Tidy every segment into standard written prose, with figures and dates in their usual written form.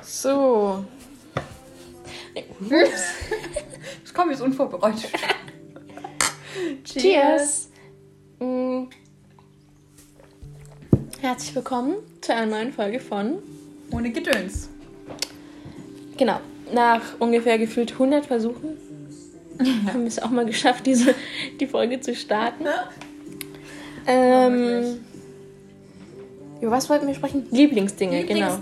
So. Das kam jetzt unvorbereitet. Cheers. Herzlich willkommen zu einer neuen Folge von Ohne Gedöns. Genau. Nach ungefähr gefühlt 100 Versuchen haben wir es auch mal geschafft, die Folge zu starten. Über was wollten wir sprechen? Lieblingsdinge, genau.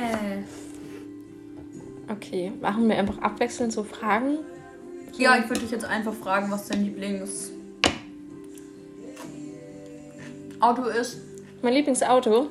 Okay, machen wir einfach abwechselnd so Fragen? So. Ja, ich würde dich jetzt einfach fragen, was dein Lieblingsauto ist. Mein Lieblingsauto?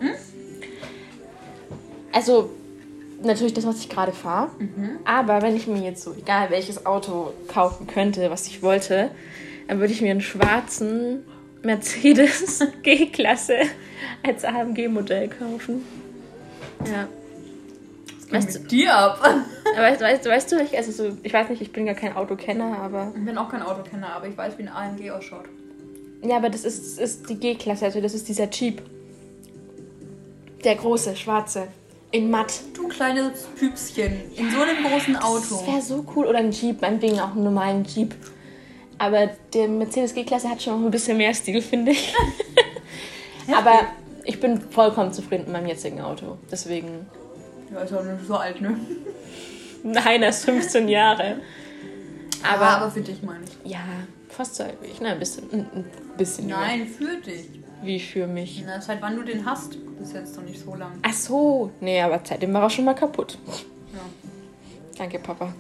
Also, natürlich das, was ich gerade fahre. Aber wenn ich mir jetzt so, egal welches Auto kaufen könnte, was ich wollte, dann würde ich mir einen schwarzen Mercedes G-Klasse als AMG-Modell kaufen. Ja. Was geht mit dir ab? Weißt du, ich weiß nicht, ich bin gar kein Autokenner, aber... Ich bin auch kein Autokenner, aber ich weiß, wie ein AMG ausschaut. Ja, aber das ist die G-Klasse, also das ist dieser Jeep. Der große, schwarze, in matt. Du kleines Püpschen, in so einem großen Auto. Das wäre so cool. Oder ein Jeep, meinetwegen auch einen normalen Jeep. Aber der Mercedes G-Klasse hat schon noch ein bisschen mehr Stil, finde ich. Aber ich bin vollkommen zufrieden mit meinem jetzigen Auto. Deswegen... Ja, ist auch nicht so alt, ne? Nein, er ist 15 Jahre. Aber für dich meine ich. Ja, fast so alt wie ich. Nein, ein bisschen jünger. Nein, für dich. Wie für mich? Na, seit wann du den hast, ist jetzt noch nicht so lang. Ach so. Nee, aber seitdem war er schon mal kaputt. Ja. Danke, Papa.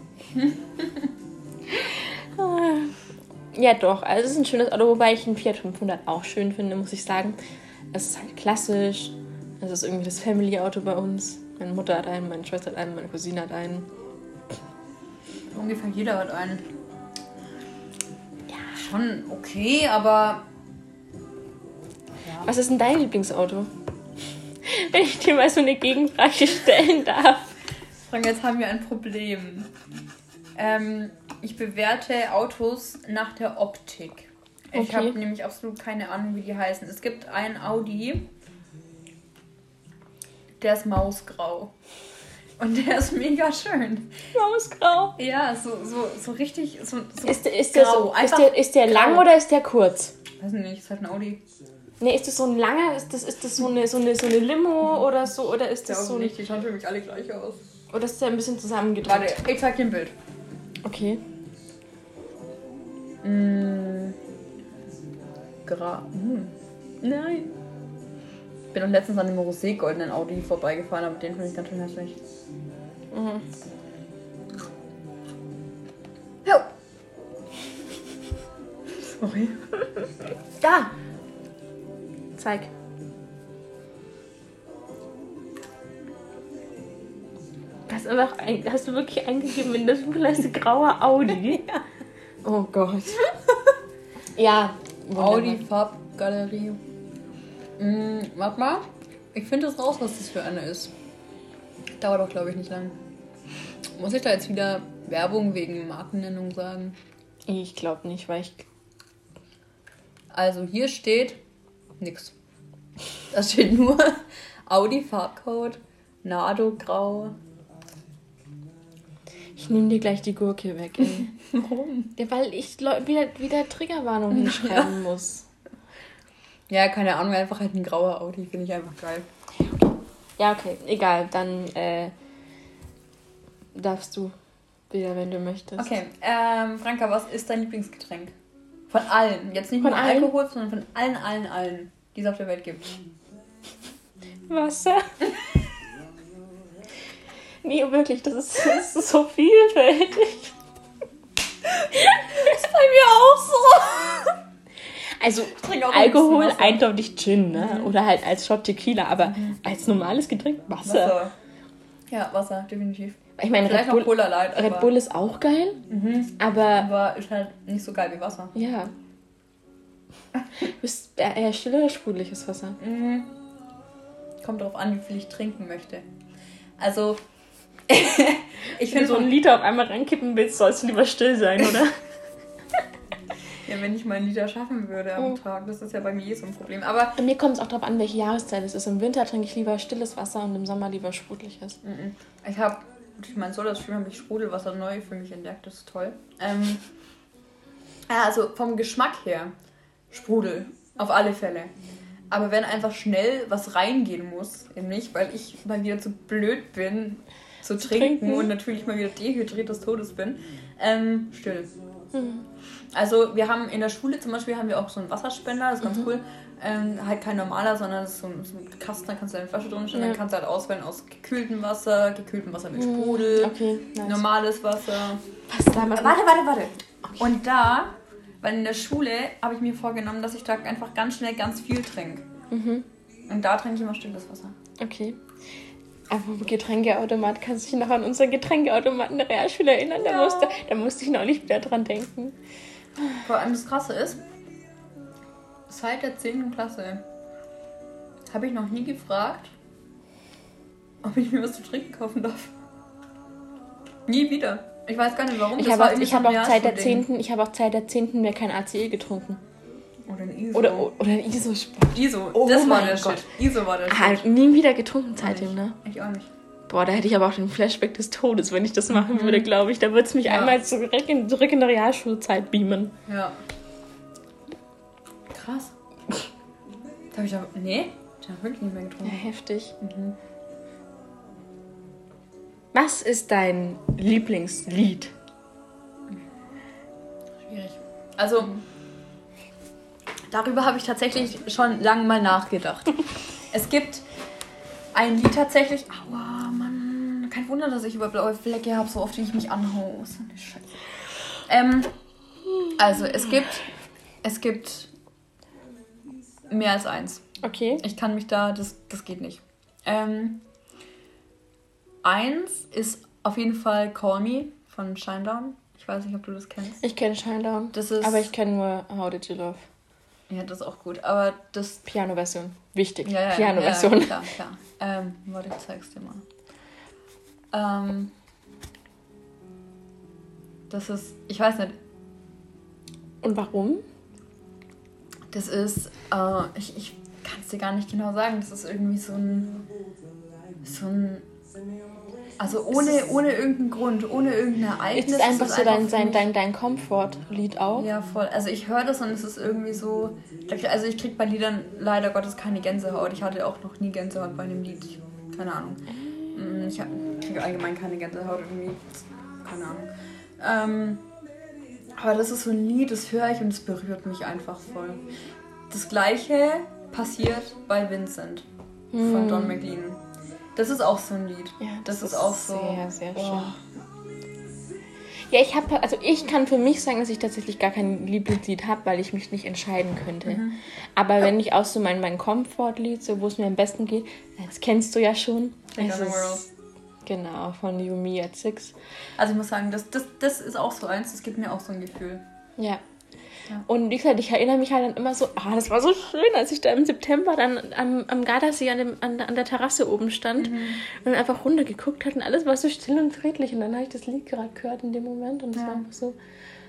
Ja, doch. Also es ist ein schönes Auto, wobei ich einen Fiat 500 auch schön finde, muss ich sagen. Es ist halt klassisch. Es ist irgendwie das Family-Auto bei uns. Meine Mutter hat einen, meine Schwester hat einen, meine Cousine hat einen. Ungefähr jeder hat einen. Ja, schon okay, aber... Ja. Was ist denn dein Lieblingsauto? Wenn ich dir mal so eine Gegenfrage stellen darf. Frank, jetzt haben wir ein Problem. Ich bewerte Autos nach der Optik. Okay. Ich habe nämlich absolut keine Ahnung, wie die heißen. Es gibt einen Audi, der ist mausgrau. Und der ist mega schön. Mausgrau? Ja, so richtig so ist grau. Ist der lang oder ist der kurz? Weiß nicht, ist halt ein Audi. Nee, ist das so ein langer, ist das so eine Limo oder so? Oder ist das so nicht, die schauen für mich alle gleich aus. Oder ist der ein bisschen zusammengedrückt? Warte, ich zeig dir ein Bild. Okay. Nein. Ich bin auch letztens an dem rosé-goldenen Audi vorbeigefahren, aber den finde ich ganz schön hässlich. Jo. Sorry. Da! Zeig. Hast du wirklich eingegeben in das Buchleiste grauer Audi? Ja. Oh Gott. Ja. Audi Farbgalerie. Warte mal. Ich finde es raus, was das für eine ist. Dauert auch, glaube ich, nicht lang. Muss ich da jetzt wieder Werbung wegen Markennennung sagen? Ich glaube nicht, weil ich... Also hier steht nix. Da steht nur Audi Farbcode, Nardo Grau. Ich nehme dir gleich die Gurke weg, ey. Warum? Ja, weil ich wieder Triggerwarnung hinschreiben muss. Ja, keine Ahnung, einfach halt ein grauer Audi, finde ich einfach geil. Ja, okay, egal, dann darfst du wieder, wenn du möchtest. Okay, Franka, was ist dein Lieblingsgetränk? Von allen, jetzt nicht von nur allen? Alkohol, sondern von allen, die es auf der Welt gibt. Wasser? Nee, wirklich, das ist so vielfältig. Das ist bei mir auch so. Also auch Alkohol eindeutig Gin, ne? Oder halt als Shot Tequila, aber als normales Getränk Wasser. Ja, Wasser, definitiv. Ich meine, vielleicht noch Cola Light. Red Bull ist auch geil, aber ist halt nicht so geil wie Wasser. Ja. Du bist eher still oder sprudeliges Wasser? Kommt darauf an, wie viel ich trinken möchte. Also, ich finde, so ein Liter auf einmal reinkippen willst, sollst du lieber still sein, oder? Ja, wenn ich mal einen Liter schaffen würde am Tag, das ist ja bei mir so ein Problem. Aber bei mir kommt es auch darauf an, welche Jahreszeit es ist. Im Winter trinke ich lieber stilles Wasser und im Sommer lieber sprudeliges. Ich habe, durch mein Soda-Stream habe ich Sprudelwasser neu für mich entdeckt, das ist toll. Ja, also vom Geschmack her, Sprudel, auf alle Fälle. Aber wenn einfach schnell was reingehen muss, eben nicht, weil ich mal wieder zu blöd bin zu trinken und natürlich mal wieder dehydriert des Todes bin, still. Also wir haben in der Schule zum Beispiel haben wir auch so einen Wasserspender, das ist ganz cool. Halt kein normaler, sondern das ist so ein Kasten, da kannst du deine Flasche drin stellen, dann kannst du halt auswählen aus gekühltem Wasser mit Sprudel, normales Wasser. Was da mal? Warte. Okay. Und da, weil in der Schule habe ich mir vorgenommen, dass ich da einfach ganz schnell ganz viel trinke. Und da trinke ich immer stilles Wasser. Okay. Aber Getränkeautomat, kannst du dich noch an unseren Getränkeautomaten der Realschule erinnern? Ja. Da musste ich neulich wieder dran denken. Vor allem das Krasse ist, seit der 10. Klasse habe ich noch nie gefragt, ob ich mir was zu trinken kaufen darf. Nie wieder. Ich weiß gar nicht warum. Ich habe auch seit der 10. mehr kein ACE getrunken. Oder ein ISO. Oder ein ISO-Sport. ISO, oh, das war der Shit. ISO war der Shit. Nie wieder getrunken seitdem, ne? Ich auch nicht. Boah, da hätte ich aber auch den Flashback des Todes, wenn ich das machen würde, glaube ich. Da würde es mich einmal zurück in der Realschulzeit beamen. Ja. Krass. Da habe ich aber... Nee, da habe ich wirklich nicht mehr getrunken. Ja, heftig. Was ist dein Lieblingslied? Schwierig. Also... Darüber habe ich tatsächlich schon lange mal nachgedacht. Es gibt ein Lied tatsächlich... Aua, Mann. Kein Wunder, dass ich über blaue Flecke habe, so oft wie ich mich anhaue. So eine Scheiße. Also, es gibt mehr als eins. Okay. Ich kann mich da... Das geht nicht. Eins ist auf jeden Fall Call Me von Shinedown. Ich weiß nicht, ob du das kennst. Ich kenne Shinedown. Aber ich kenne nur How Did You Love. Ja, das ist auch gut, aber das... Piano-Version. Wichtig. Ja, Piano-Version. Ja, klar. Warte, ich zeig's dir mal. Das ist... Ich weiß nicht. Und warum? Das ist... ich kann es dir gar nicht genau sagen. Das ist irgendwie so ein... Also ohne irgendeinen Grund, ohne irgendein Ereignis. Ist es einfach so dein Komfortlied auch? Ja, voll. Also ich höre das und es ist irgendwie so... Also ich kriege bei Liedern leider Gottes keine Gänsehaut. Ich hatte auch noch nie Gänsehaut bei einem Lied. Keine Ahnung. Ich kriege allgemein keine Gänsehaut irgendwie. Keine Ahnung. Aber das ist so ein Lied, das höre ich und es berührt mich einfach voll. Das Gleiche passiert bei Vincent von Don McLean. Das ist auch so ein Lied. Ja, das ist auch so... Sehr, sehr schön. Ja, ich kann für mich sagen, dass ich tatsächlich gar kein Lieblingslied habe, weil ich mich nicht entscheiden könnte. Aber wenn ich auch so mein Komfortlied, so wo es mir am besten geht, das kennst du ja schon. Genau, von You Me at 6. Also ich muss sagen, das ist auch so eins, das gibt mir auch so ein Gefühl. Ja. Und wie gesagt, ich erinnere mich halt dann immer so, das war so schön, als ich da im September dann am Gardasee an der Terrasse oben stand und einfach runtergeguckt hat und alles war so still und friedlich. Und dann habe ich das Lied gerade gehört in dem Moment und es war einfach so,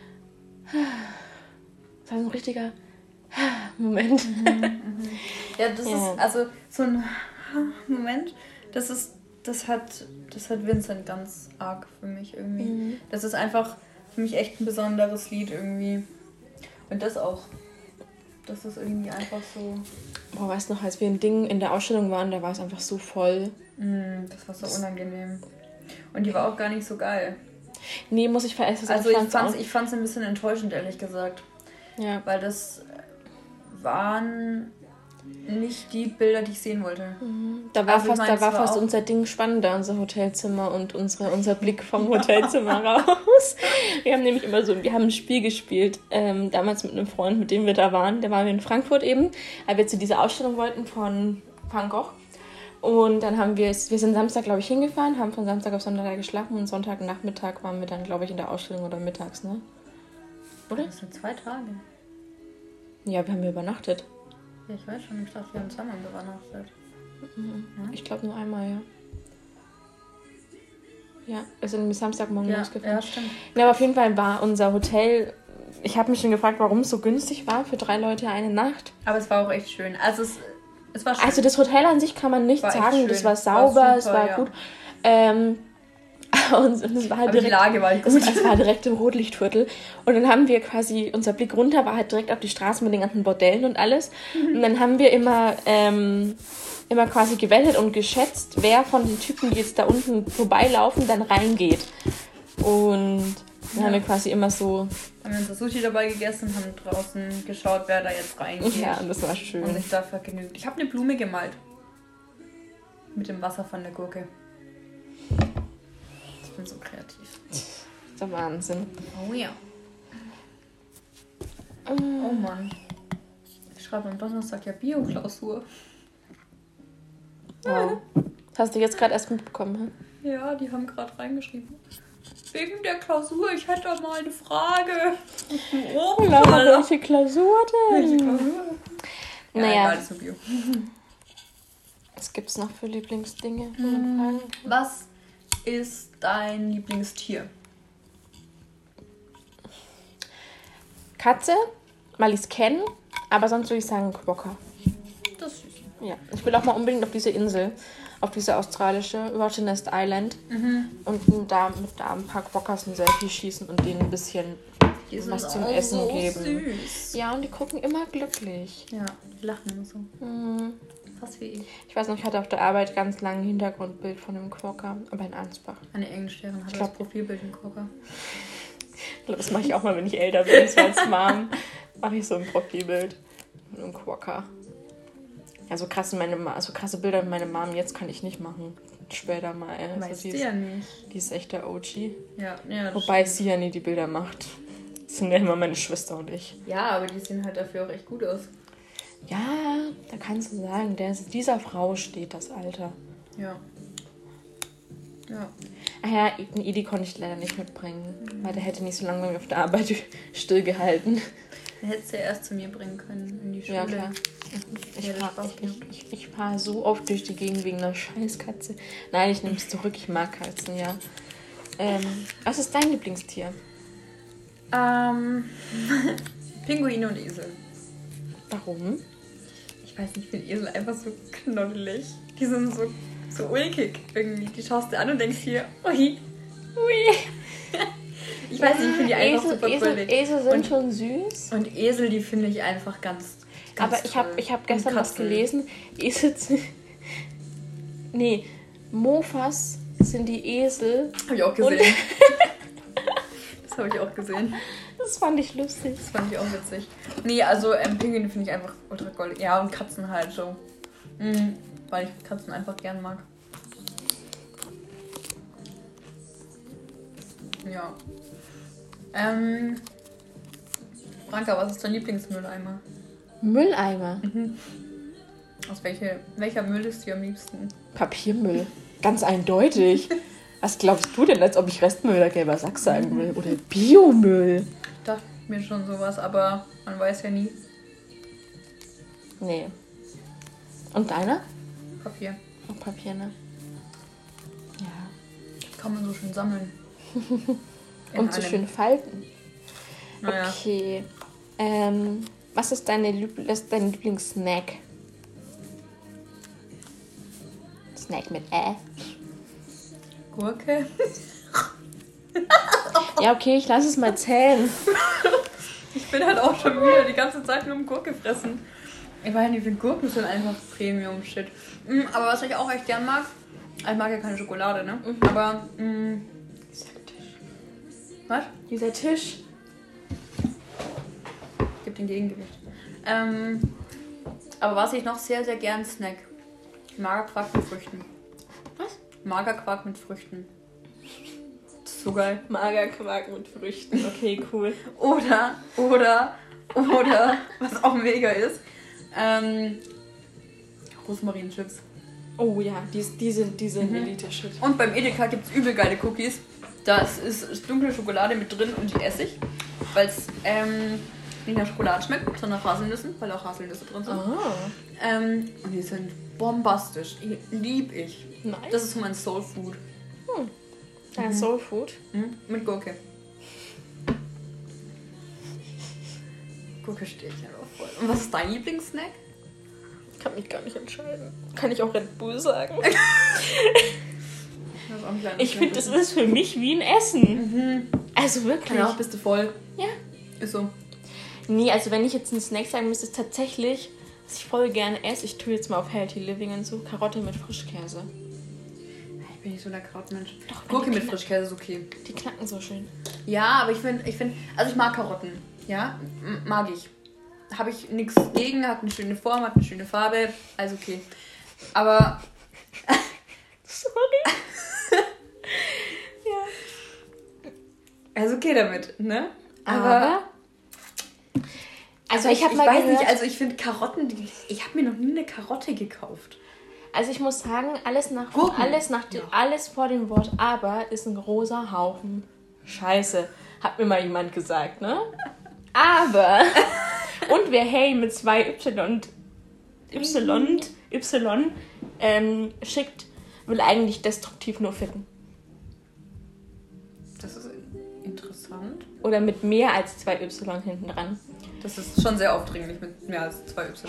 das war ein richtiger Moment. Ja, das ist also so ein Moment, das hat Vincent ganz arg für mich irgendwie. Das ist einfach für mich echt ein besonderes Lied irgendwie. Und das auch. Das ist irgendwie einfach so... Boah, weißt du noch, als wir in der Ausstellung waren, da war es einfach so voll. Das war so unangenehm. Und die war auch gar nicht so geil. Nee, muss ich verändern. Also ich fand's ein bisschen enttäuschend, ehrlich gesagt. Ja. Weil das waren nicht die Bilder, die ich sehen wollte. Da war fast unser Ding spannender, unser Hotelzimmer und unser Blick vom Hotelzimmer raus. Wir haben nämlich wir haben ein Spiel gespielt, damals mit einem Freund, mit dem wir da waren. Da waren wir in Frankfurt eben, weil wir zu dieser Ausstellung wollten von Van Gogh. Und dann wir sind Samstag, glaube ich, hingefahren, haben von Samstag auf Sonntag geschlafen und Sonntagnachmittag waren wir dann, glaube ich, in der Ausstellung oder mittags, ne? Oder? Das sind 2 Tage. Ja, wir haben hier übernachtet. Ja, ich weiß schon, ich dachte, wir haben zweimal übernachtet. Ich glaube nur einmal, ja. Ja, wir sind Samstagmorgen losgefahren. Ja, stimmt. Ja, aber auf jeden Fall war unser Hotel Ich habe mich schon gefragt, warum es so günstig war für 3 Leute eine Nacht. Aber es war auch echt schön. Also es war schön. Also das Hotel an sich kann man nicht sagen. Das war sauber, war super, es war gut. Und es war halt aber die Lage war gut. Es war direkt im Rotlichtviertel. Und dann haben wir quasi, unser Blick runter war halt direkt auf die Straße mit den ganzen Bordellen und alles. Und dann haben wir immer quasi gewettet und geschätzt, wer von den Typen, die jetzt da unten vorbeilaufen, dann reingeht. Und dann haben wir quasi immer so... Haben wir unser Sushi dabei gegessen, haben draußen geschaut, wer da jetzt reingeht. Ja, und das war schön. Und sich da vergnügt. Ich habe eine Blume gemalt. Mit dem Wasser von der Gurke. Ich bin so kreativ. Das ist der Wahnsinn. Oh ja. Oh Mann. Ich schreibe am Donnerstag ja Bio-Klausur. Wow. Das hast du jetzt gerade erst mitbekommen, hä? Ja, die haben gerade reingeschrieben. Wegen der Klausur, ich hätte da mal eine Frage. Oh, Laura, welche Klausur denn? Welche Klausur? Ja, Naja. egal, ist nur Bio. Was gibt's noch für Lieblingsdinge? Was ist dein Lieblingstier? Katze, weil ich es kenne, aber sonst würde ich sagen Quokka. Das ist süß. Ja, ich will auch mal unbedingt auf diese Insel, auf diese australische Rotten Nest Island und da mit ein paar Quokkas ein Selfie schießen und denen ein bisschen was zum Essen so geben. Süß. Ja, und die gucken immer glücklich. Ja, die lachen immer so. Fast wie ich. Ich weiß noch, ich hatte auf der Arbeit ganz lange ein Hintergrundbild von einem Quokka, aber in Ansbach. Eine Englischlehrerin hat glaub- das Profilbild im Quokka. Das mache ich auch mal, wenn ich älter bin, so als Mom. Mache ich so ein Profilbild mit einem Quokka. Ja, so krasse Bilder mit meiner Mom jetzt kann ich nicht machen. Später mal. Weißt du ja nicht. Die ist echt der OG. Ja, Wobei sie ja nie die Bilder macht. Das sind ja immer meine Schwester und ich. Ja, aber die sehen halt dafür auch echt gut aus. Ja, da kannst du sagen, dieser Frau steht das Alter. Ja. Ja. Ach ja, den Edi konnte ich leider nicht mitbringen, weil der hätte nicht so lange bei mir auf der Arbeit stillgehalten. Dann hättest du ja erst zu mir bringen können in die Schule. Ja, klar. Ich fahre so oft durch die Gegend wegen einer Scheißkatze. Nein, ich nehme es zurück, ich mag Katzen, ja. Was ist dein Lieblingstier? Pinguine und Esel. Warum? Ich weiß nicht, ich finde Esel einfach so knoddelig. Die sind so ulkig irgendwie. Die schaust du an und denkst hier, ui. Ich weiß nicht, ich finde die einfach super fröhlich. Esel sind schon süß. Und Esel, die finde ich einfach ganz aber toll. ich hab gestern was gelesen. Mofas sind die Esel. Habe ich auch gesehen. Das habe ich auch gesehen. Das fand ich lustig. Das fand ich auch witzig. Nee, also Pinguine finde ich einfach ultra goldig. Ja, und Katzen halt so. Weil ich Katzen einfach gern mag. Ja. Franka, was ist dein Lieblingsmülleimer? Mülleimer? Aus welcher Müll ist dir am liebsten? Papiermüll. Ganz eindeutig. Was glaubst du denn, als ob ich Restmüll oder gelber Sack sagen will? Oder Biomüll? Ich dachte mir schon sowas, aber man weiß ja nie. Nee. Und deiner? Papier. Auch Papier, ne? Ja. Kann man so schön sammeln. Und so schön falten. Naja. Okay. Was ist dein Lieblingssnack? Snack mit Gurke. Ja, okay, ich lasse es mal zählen. Ich bin halt auch schon wieder die ganze Zeit nur um Gurke fressen. Ich weiß nicht, wie Gurken sind einfach Premium-Shit. Aber was ich auch echt gern mag, ich mag ja keine Schokolade, ne? Aber, Dieser Tisch. was? Dieser Tisch. Gibt den Gegengewicht. Aber was ich noch sehr, sehr gern snack. Magerquark mit Früchten. Was? Magerquark mit Früchten. Das ist so geil. Magerquark mit Früchten. Okay, cool. Oder, was auch mega ist, Rosmarinchips. Oh ja, die sind Elite-Shit. Und beim Edeka gibt es übel geile Cookies. Da ist dunkle Schokolade mit drin und die esse ich. Weil es nicht nach Schokolade schmeckt, sondern nach Haselnüssen, weil auch Haselnüsse drin sind. Und die sind bombastisch. Lieb ich. Nice. Das ist so mein Soul Food. Dein Soul Food? Mit Gurke. Gurke stehe ich einfach voll. Und was ist dein Lieblingssnack? Ich kann mich gar nicht entscheiden. Kann ich auch Red Bull sagen? Ich finde, das ist für mich wie ein Essen. Also wirklich. Ja, bist du voll. Ja. Ist so. Nee, also wenn ich jetzt einen Snack sagen müsste, ist tatsächlich, was ich voll gerne esse, ich tue jetzt mal auf Healthy Living und so, Karotte mit Frischkäse. Ich bin nicht so der Krautmensch. Doch, Gurke mit Frischkäse ist okay. Die knacken so schön. Ja, aber ich finde, also ich mag Karotten. Ja, mag ich. Habe ich nichts gegen, hat eine schöne Form, hat eine schöne Farbe, also okay. Aber... Sorry. Ja. Also okay damit, ne? Aber also ich habe mal weiß gehört, nicht, also ich finde Karotten, ich habe mir noch nie eine Karotte gekauft. also ich muss sagen, alles Gurken. alles vor dem Wort aber ist ein großer Haufen Scheiße, hat mir mal jemand gesagt, ne? Aber und wer hey mit 2 Y schickt, will eigentlich destruktiv nur ficken. Das ist interessant. Oder mit mehr als 2 Y hinten dran. Das ist schon sehr aufdringlich mit mehr als 2 Y.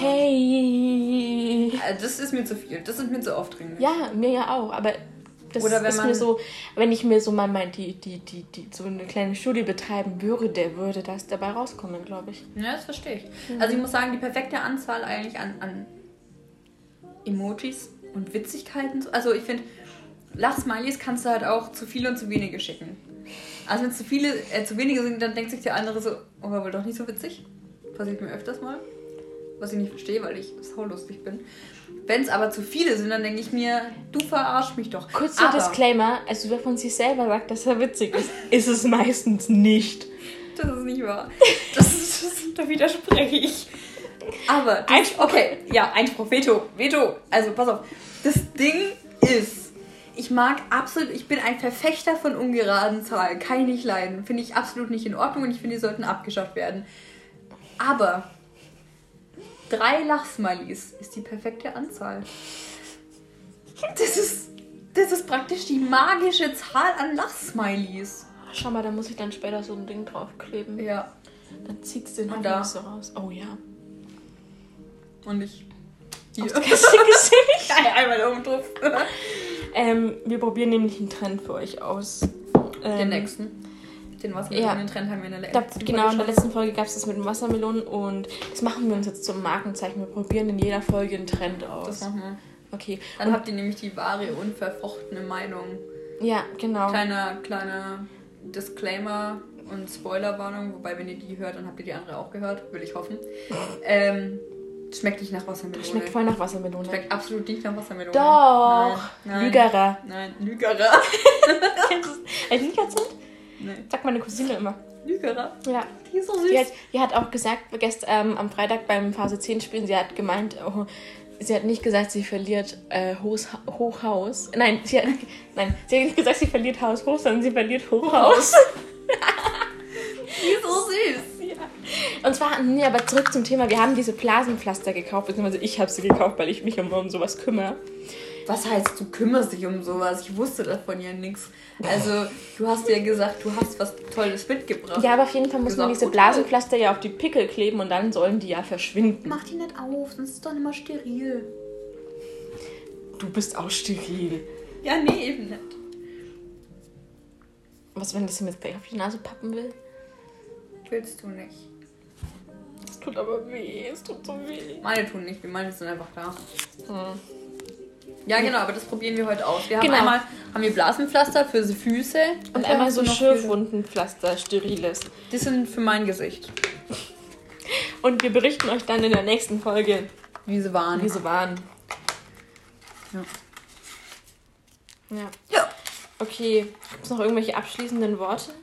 Hey! Das ist mir zu viel. Das ist mir zu aufdringlich. Ja, mir ja auch, aber das oder wenn ist mir so, wenn ich mir so mal so eine kleine Studie betreiben würde das dabei rauskommen, glaube ich. Ja, das verstehe ich. Also ich muss sagen, die perfekte Anzahl eigentlich an Emojis und Witzigkeiten. Also ich finde, Lachsmilies kannst du halt auch zu viele und zu wenige schicken. Also wenn es zu wenige sind, dann denkt sich der andere so, oh, war wohl doch nicht so witzig. Passiert mir öfters mal. Was ich nicht verstehe, weil ich saulustig bin. Wenn es aber zu viele sind, dann denke ich mir, du verarsch mich doch. Kurzer Disclaimer, also wer von sich selber sagt, dass er witzig ist, ist es meistens nicht. Das ist nicht wahr. Da widerspreche ich. Aber, Einspruch, Veto. Also, pass auf. Das Ding ist, ich bin ein Verfechter von ungeraden Zahlen. Kann ich nicht leiden. Finde ich absolut nicht in Ordnung und ich finde, die sollten abgeschafft werden. Aber 3 Lachsmilies ist die perfekte Anzahl. Das ist praktisch die magische Zahl an Lachsmilies. Schau mal, da muss ich dann später so ein Ding draufkleben. Ja. Dann zieht's den Und da so raus. Oh ja. Und ich hier. Aufs Gesicht. Einmal da oben drauf. Wir probieren nämlich einen Trend für euch aus. Den nächsten. Den Wassermelonen-Trend haben wir in der letzten Folge. Genau, in der letzten Folge gab es das mit den Wassermelonen und das machen wir uns jetzt zum Markenzeichen. Wir probieren in jeder Folge einen Trend aus. Das machen wir. Okay. Dann habt ihr nämlich die wahre, unverfochtene Meinung. Ja, genau. Kleiner Disclaimer und Spoilerwarnung, wobei, wenn ihr die hört, dann habt ihr die andere auch gehört, will ich hoffen. Schmeckt nicht nach Wassermelone. Schmeckt voll nach Wassermelone. Schmeckt absolut nicht nach Wassermelone. Doch! Nein. Lügerer. Nein, Lügerer. Kennst du das nicht erzählt? Nein. Sagt meine Cousine immer. Lügerer? Ja. Die ist so süß. Die hat auch gesagt, gestern am Freitag beim Phase 10 Spielen, sie hat gemeint, sie hat nicht gesagt, sie verliert Hochhaus. Nein, sie hat nicht gesagt, sie verliert Haus hoch, sondern sie verliert Hochhaus. Die ist so süß. Ja. Und zwar, aber zurück zum Thema, wir haben diese Blasenpflaster gekauft, beziehungsweise ich habe sie gekauft, weil ich mich um sowas kümmere. Was heißt, du kümmerst dich um sowas? Ich wusste davon ja nichts. Also, du hast ja gesagt, du hast was Tolles mitgebracht. Ja, aber auf jeden Fall muss man diese Blasenpflaster ja auf die Pickel kleben und dann sollen die ja verschwinden. Mach die nicht auf, sonst ist es doch immer steril. Du bist auch steril. Ja, nee, eben nicht. Was, wenn das ihm jetzt gleich auf die Nase pappen will? Willst du nicht. Es tut aber weh, es tut so weh. Meine tun nicht, meine sind einfach da. Ja, genau, aber das probieren wir heute aus. Wir haben haben wir Blasenpflaster für die Füße. Und einmal so Schürfwundenpflaster, steriles. Die sind für mein Gesicht. Und wir berichten euch dann in der nächsten Folge, wie sie waren. Ja. Okay, gibt es noch irgendwelche abschließenden Worte?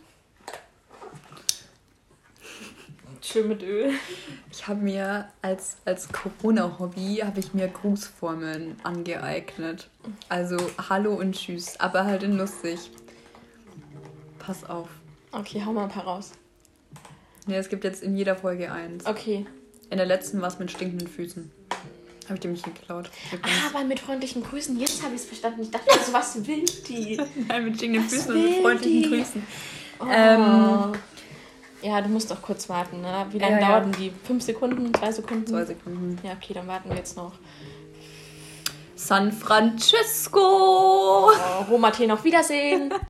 Schön mit Öl. Ich habe mir als Corona-Hobby Grußformeln angeeignet. Also Hallo und Tschüss, aber halt in lustig. Pass auf. Okay, hau mal ein paar raus. Ja, es gibt jetzt in jeder Folge eins. Okay. In der letzten war es mit stinkenden Füßen. Habe ich dir mich geklaut. Aber mit freundlichen Grüßen. Jetzt habe ich es verstanden. Ich dachte, also, was will die? Nein, mit stinkenden Füßen und mit freundlichen Grüßen. Oh. Ja, du musst doch kurz warten, ne? Wie lange dauerten die? 5 Sekunden? 2 Sekunden? 2 Sekunden. Ja, okay, dann warten wir jetzt noch. San Francisco! Oh, Roma-Tee, auf Wiedersehen!